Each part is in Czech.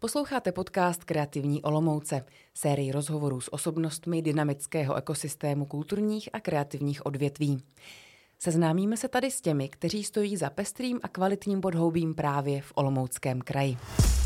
Posloucháte podcast Kreativní Olomouce, sérii rozhovorů s osobnostmi dynamického ekosystému kulturních a kreativních odvětví. Seznámíme se tady s těmi, kteří stojí za pestrým a kvalitním podhoubím právě v Olomouckém kraji.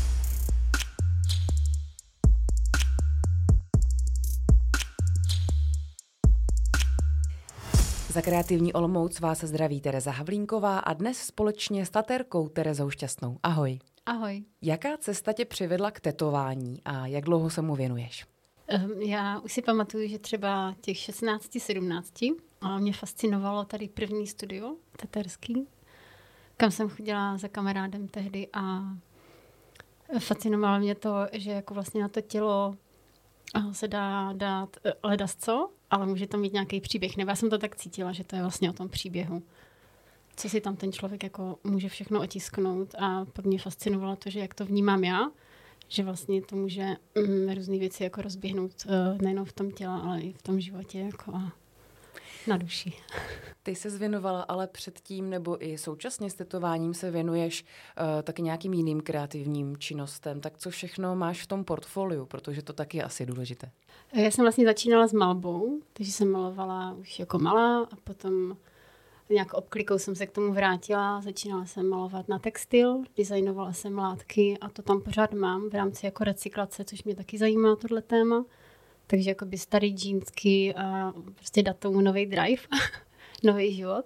Za Kreativní Olomouc vás zdraví Tereza Havlínková a dnes společně s tatérkou Terezou Šťastnou. Ahoj. Ahoj. Jaká cesta tě přivedla k tetování a jak dlouho se mu věnuješ? Já už si pamatuju, že třeba těch 16-17 mě fascinovalo tady první studio tatérský, kam jsem chodila za kamarádem tehdy a fascinovalo mě to, že jako vlastně na to tělo se dá dát ledasco, ale může to mít nějaký příběh. Nebo já jsem to tak cítila, že to je vlastně o tom příběhu. Co si tam ten člověk jako může všechno otisknout a pak mě fascinovalo to, že jak to vnímám já, že vlastně to může různé věci jako rozběhnout nejenom v tom těle, ale i v tom životě jako a na duši. Ty se věnovala ale předtím nebo i současně s tetováním se věnuješ taky nějakým jiným kreativním činnostem. Tak co všechno máš v tom portfoliu, protože to taky je asi důležité. Já jsem vlastně začínala s malbou, takže jsem malovala už jako malá a potom nějak obklikou jsem se k tomu vrátila, začínala jsem malovat na textil, designovala jsem látky a to tam pořád mám v rámci jako recyklace, což mě taky zajímá tohle téma. Takže jakoby starý džínsky a prostě dát tomu nový drive, nový život.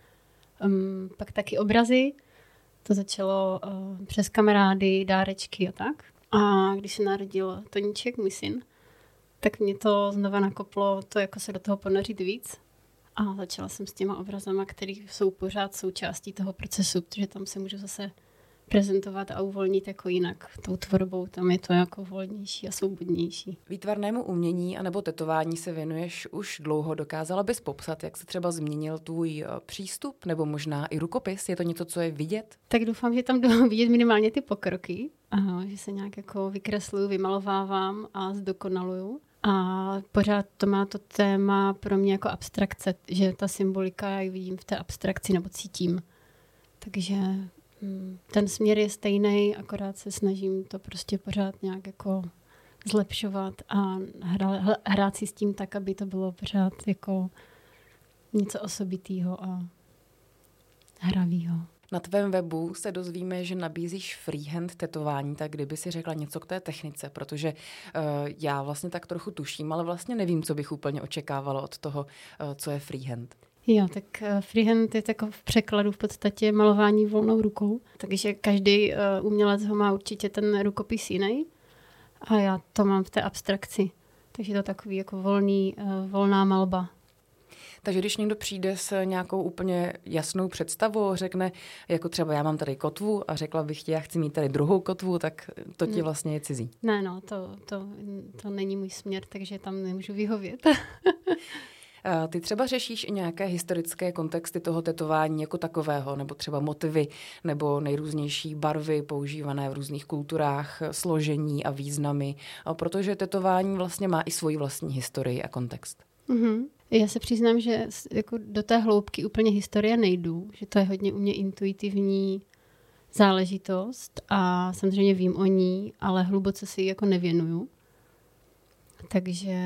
Pak taky obrazy, to začalo přes kamarády, dárečky a tak. A když se narodil Toníček, můj syn, tak mě to znova nakoplo to jako se do toho ponořit víc. A začala jsem s těma obrazama, které jsou pořád součástí toho procesu, protože tam se můžu zase prezentovat a uvolnit jako jinak. Tou tvorbou tam je to jako volnější a svobodnější. Výtvarnému umění anebo tetování se věnuješ už dlouho. Dokázala bys popsat, jak se třeba změnil tvůj přístup nebo možná i rukopis? Je to něco, co je vidět? Tak doufám, že tam jdou vidět minimálně ty pokroky. Aha, že se nějak jako vykresluju, vymalovávám a zdokonaluju. A pořád to má to téma pro mě jako abstrakce, že ta symbolika já ji vidím v té abstrakci nebo cítím. Takže ten směr je stejný, akorát se snažím to prostě pořád nějak jako zlepšovat a hrát si s tím tak, aby to bylo pořád jako něco osobitýho a hravýho. Na tvém webu se dozvíme, že nabízíš freehand tetování, tak kdyby si řekla něco k té technice, protože já vlastně tak trochu tuším, ale vlastně nevím, co bych úplně očekávala od toho, co je freehand. Jo, tak freehand je tak v překladu v podstatě malování volnou rukou, takže každý umělec ho má určitě ten rukopis jiný a já to mám v té abstrakci, takže to takový jako volná malba. Takže když někdo přijde s nějakou úplně jasnou představou, řekne, jako třeba já mám tady kotvu a řekla bych ti, já chci mít tady druhou kotvu, tak to ti vlastně je cizí. Ne, no, to není můj směr, takže tam nemůžu vyhovět. Ty třeba řešíš i nějaké historické kontexty toho tetování jako takového, nebo třeba motivy, nebo nejrůznější barvy používané v různých kulturách, složení a významy, protože tetování vlastně má i svoji vlastní historii a kontext. Mm-hmm. Já se přiznám, že jako do té hloubky úplně historie nejdu, že to je hodně u mě intuitivní záležitost a samozřejmě vím o ní, ale hluboce si ji jako nevěnuju. Takže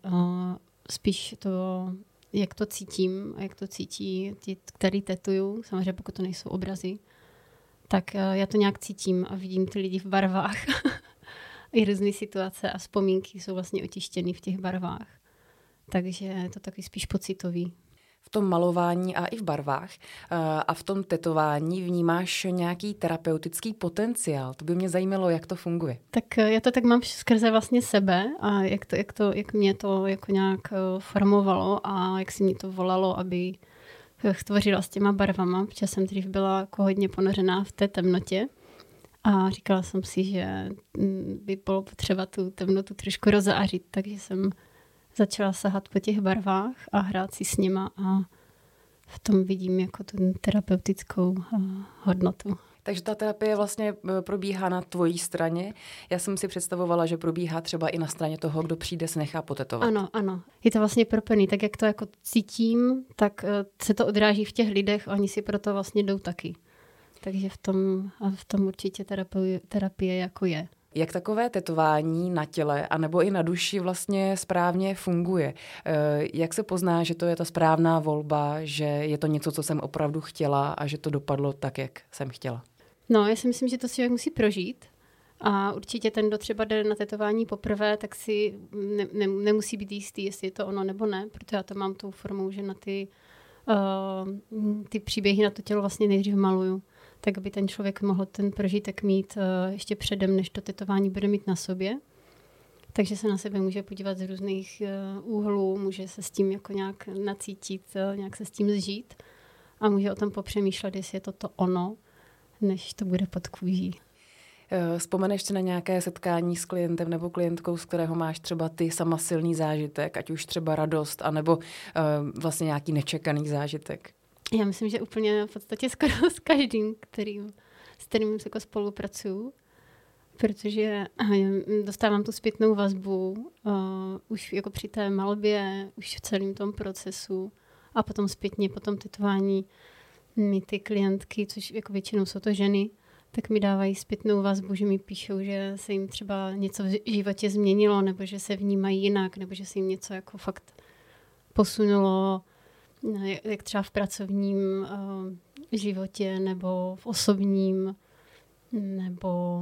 spíš to, jak to cítím a jak to cítí ti, který tetuju, samozřejmě pokud to nejsou obrazy, tak já to nějak cítím a vidím ty lidi v barvách. I různé situace a vzpomínky jsou vlastně otištěny v těch barvách. Takže je to takový spíš pocitový. V tom malování a i v barvách a v tom tetování vnímáš nějaký terapeutický potenciál. To by mě zajímalo, jak to funguje. Tak já to tak mám skrze vlastně sebe a jak mě to jako nějak formovalo a jak si mě to volalo, aby tvořila s těma barvama, protože jsem dřív byla jako hodně ponořená v té temnotě a říkala jsem si, že by bylo potřeba tu temnotu trošku rozářit, takže jsem začala sahat po těch barvách a hrát si s nima a v tom vidím jako tu terapeutickou hodnotu. Takže ta terapie vlastně probíhá na tvojí straně. Já jsem si představovala, že probíhá třeba i na straně toho, kdo přijde, se nechá potetovat. Ano. Je to vlastně propojený. Tak jak to jako cítím, tak se to odráží v těch lidech, oni si proto vlastně jdou taky. Takže v tom určitě terapie jako je. Jak takové tetování na těle anebo i na duši vlastně správně funguje? Jak se pozná, že to je ta správná volba, že je to něco, co jsem opravdu chtěla a že to dopadlo tak, jak jsem chtěla? No, já si myslím, že to si člověk musí prožít. A určitě ten, kdo třeba jde na tetování poprvé, tak si nemusí být jistý, jestli je to ono nebo ne, protože já to mám tou formou, že na ty příběhy na to tělo vlastně nejdřív maluju, tak aby ten člověk mohl ten prožitek mít ještě předem, než to tetování bude mít na sobě. Takže se na sebe může podívat z různých úhlů, může se s tím jako nějak nacítit, nějak se s tím zžít a může o tom popřemýšlet, jestli je to ono, než to bude pod kůží. Vzpomeneš si na nějaké setkání s klientem nebo klientkou, z kterého máš třeba ty sama silný zážitek, ať už třeba radost, anebo vlastně nějaký nečekaný zážitek? Já myslím, že úplně v podstatě skoro s každým, s kterým jako spolupracuju, protože dostávám tu zpětnou vazbu už jako při té malbě, už v celém tom procesu a potom zpětně po tom tetování mi ty klientky, což jako většinou jsou to ženy, tak mi dávají zpětnou vazbu, že mi píšou, že se jim třeba něco v životě změnilo, nebo že se vnímají jinak, nebo že se jim něco jako fakt posunulo, jak třeba v pracovním životě, nebo v osobním, nebo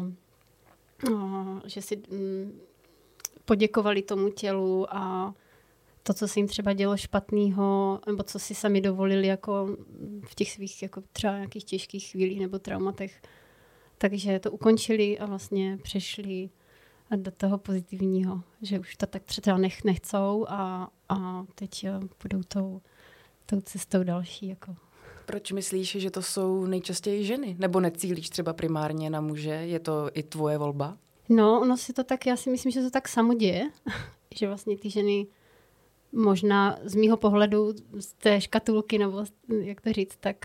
že si poděkovali tomu tělu a to, co se jim třeba dělo špatného, nebo co si sami dovolili jako v těch svých jako třeba nějakých těžkých chvílích nebo traumatech. Takže to ukončili a vlastně přešli do toho pozitivního, že už to tak třeba nechcou a teď budou tou cestou další. Jako. Proč myslíš, že to jsou nejčastěji ženy? Nebo necílíš třeba primárně na muže? Je to i tvoje volba? No, ono si to tak, já si myslím, že to tak samo děje, že vlastně ty ženy možná z mýho pohledu z té škatulky, nebo jak to říct, tak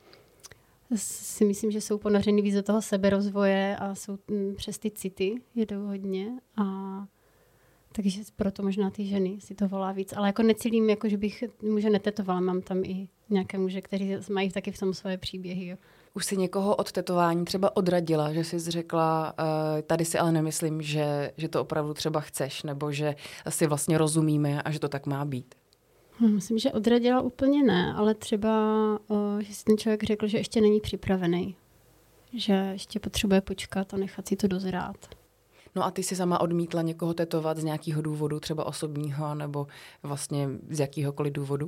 si myslím, že jsou ponořeny víc do toho seberozvoje a jsou přes ty city, jedou hodně a takže proto možná ty ženy si to volá víc. Ale jako necílím, jako že bych muže netetovala, mám tam i nějaké muže, kteří mají taky v tom svoje příběhy. Jo. Už si někoho od tetování třeba odradila, že jsi řekla, tady si ale nemyslím, že to opravdu třeba chceš, nebo že si vlastně rozumíme a že to tak má být? Myslím, že odradila úplně ne, ale třeba, že si ten člověk řekl, že ještě není připravený. Že ještě potřebuje počkat a nechat si to dozrát. No a ty si sama odmítla někoho tetovat z nějakého důvodu, třeba osobního, nebo vlastně z jakýhokoliv důvodu?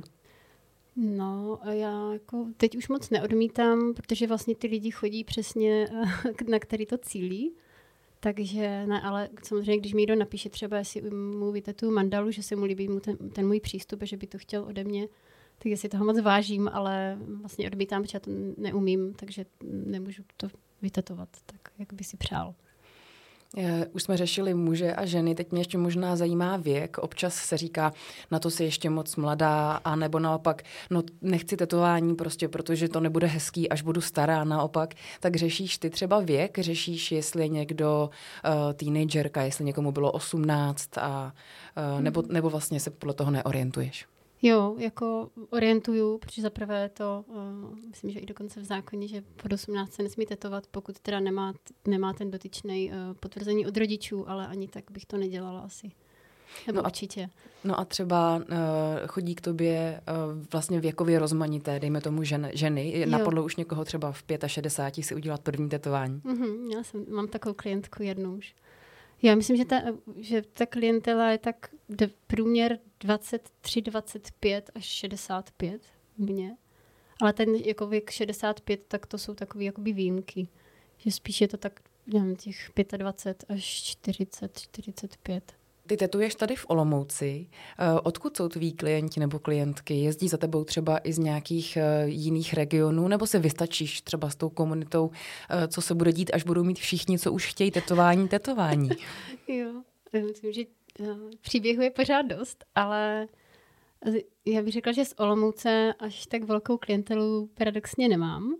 No, já jako teď už moc neodmítám, protože vlastně ty lidi chodí přesně, na který to cílí. Takže ne, ale samozřejmě, když mi někdo napíše třeba, jestli mu vytetuju mandalu, že se mu líbí ten můj přístup a že by to chtěl ode mě, tak já si toho moc vážím, ale vlastně odmítám, protože já to neumím, takže nemůžu to vytetovat tak, jak by si přál. Už jsme řešili muže a ženy, teď mě ještě možná zajímá věk. Občas se říká, na to jsi ještě moc mladá, a nebo naopak, no nechci tetování prostě, protože to nebude hezký, až budu stará, naopak. Tak řešíš ty třeba věk, řešíš, jestli je někdo teenagerka, jestli někomu bylo 18 nebo vlastně se podle toho neorientuješ? Jo, jako orientuju, protože zaprvé to, myslím, že i dokonce v zákoně, že pod 18 se nesmí tetovat, pokud teda nemá ten dotyčný potvrzení od rodičů, ale ani tak bych to nedělala asi. Nebo určitě. No a třeba chodí k tobě vlastně věkově rozmanité, dejme tomu ženy. Napadlo už někoho třeba v 65 si udělat první tetování? Mám takovou klientku jednou už. Já myslím, že ta klientela je tak průměr 23, 25 až 65 mě. Ale ten jako věk 65, tak to jsou takové jakoby výjimky. Že spíš je to tak, nevím, těch 25 až 40, 45. Ty tetuješ tady v Olomouci. Odkud jsou tví klienti nebo klientky? Jezdí za tebou třeba i z nějakých jiných regionů? Nebo se vystačíš třeba s tou komunitou, co se bude dít, až budou mít všichni, co už chtějí tetování? Jo, myslím, že příběhu je pořád dost, ale já bych řekla, že z Olomouce až tak velkou klientelu paradoxně nemám.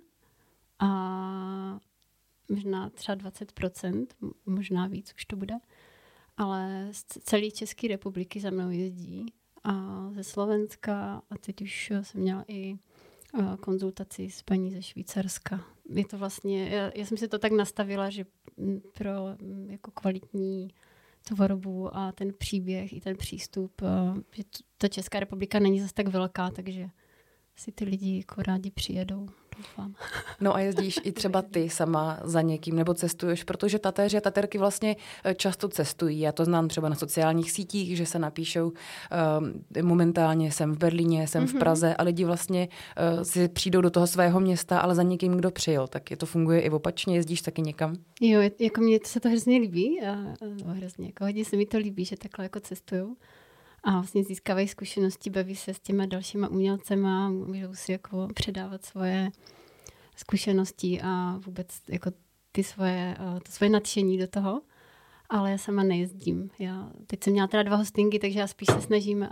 A možná třeba 20%, možná víc už to bude. Ale z celé České republiky za mnou jezdí a ze Slovenska a teď už jsem měla i konzultaci s paní ze Švýcarska, je to vlastně, já jsem si to tak nastavila, že pro jako kvalitní tvorbu a ten příběh i ten přístup, že ta Česká republika není zase tak velká, takže si ty lidi jako rádi přijedou, doufám. No a jezdíš i třeba ty sama za někým nebo cestuješ, protože tatéři a tatérky vlastně často cestují. Já to znám třeba na sociálních sítích, že se napíšou momentálně jsem v Berlíně, jsem v Praze a lidi vlastně si přijdou do toho svého města, ale za někým, kdo přijel. Tak to funguje i opačně, jezdíš taky někam? Jo, jako mně se to hrozně líbí. Hrozně, jako hodně se mi to líbí, že takhle jako cestujou. A vlastně získávají zkušenosti, baví se s těma dalšíma umělcema, můžou si jako předávat svoje zkušenosti a vůbec jako to svoje nadšení do toho. Ale já sama nejezdím. Teď jsem měla teda 2 hostingy, takže já spíš se snažím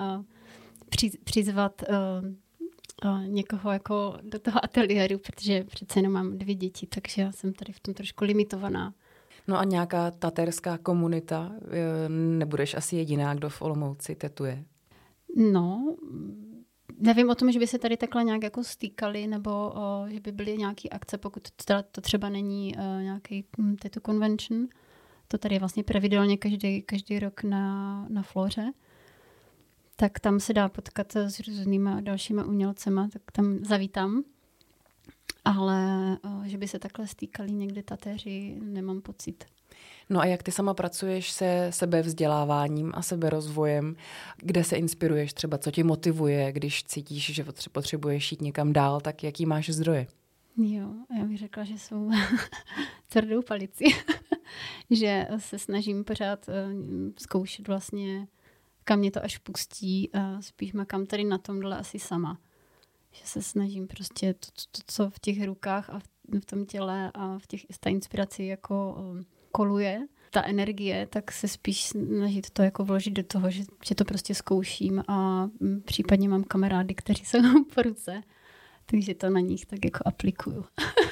přizvat někoho jako do toho ateliéru, protože přece jenom mám 2 děti, takže já jsem tady v tom trošku limitovaná. No a nějaká tatérská komunita? Nebudeš asi jediná, kdo v Olomouci tetuje? No, nevím o tom, že by se tady takhle nějak jako stýkali, nebo že by byly nějaké akce, pokud to třeba není nějaký tattoo convention. To tady je vlastně pravidelně každý rok na Floře. Tak tam se dá potkat s různýma dalšíma umělcema, tak tam zavítám. Ale že by se takhle stýkali někde tatéři, nemám pocit. No a jak ty sama pracuješ se sebevzděláváním a seberozvojem? Kde se inspiruješ třeba? Co tě motivuje, když cítíš, že potřebuješ jít někam dál, tak jaký máš zdroje? Jo, já bych řekla, že jsou tvrdou palici. Že se snažím pořád zkoušet vlastně, kam mě to až pustí a spíš makám tady na tomhle asi sama. Že se snažím prostě to, co v těch rukách a v tom těle a ta inspiraci jako koluje, ta energie, tak se spíš snažit to jako vložit do toho, že to prostě zkouším a případně mám kamarády, kteří jsou po ruce, takže to na nich tak jako aplikuju.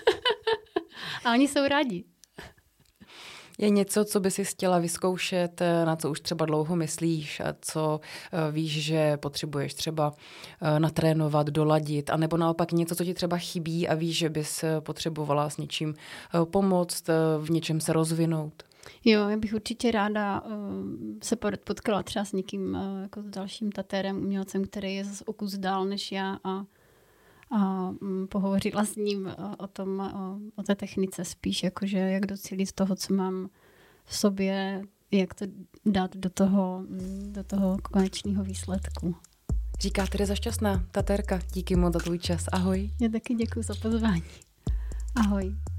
A oni jsou rádi. Je něco, co by si chtěla vyzkoušet, na co už třeba dlouho myslíš a co víš, že potřebuješ třeba natrénovat, doladit, anebo naopak něco, co ti třeba chybí a víš, že bys potřebovala s něčím pomoct, v něčem se rozvinout? Jo, já bych určitě ráda se potkala třeba s někým jako s dalším tatérem, umělcem, který je zase o kus dál než já a pohovořila s ním o té technice spíš, jakože jak docílit toho, co mám v sobě, jak to dát do toho konečného výsledku. Říká Tereza Šťastná, tatérka. Díky moc za tvůj čas. Ahoj. Já taky děkuji za pozvání. Ahoj.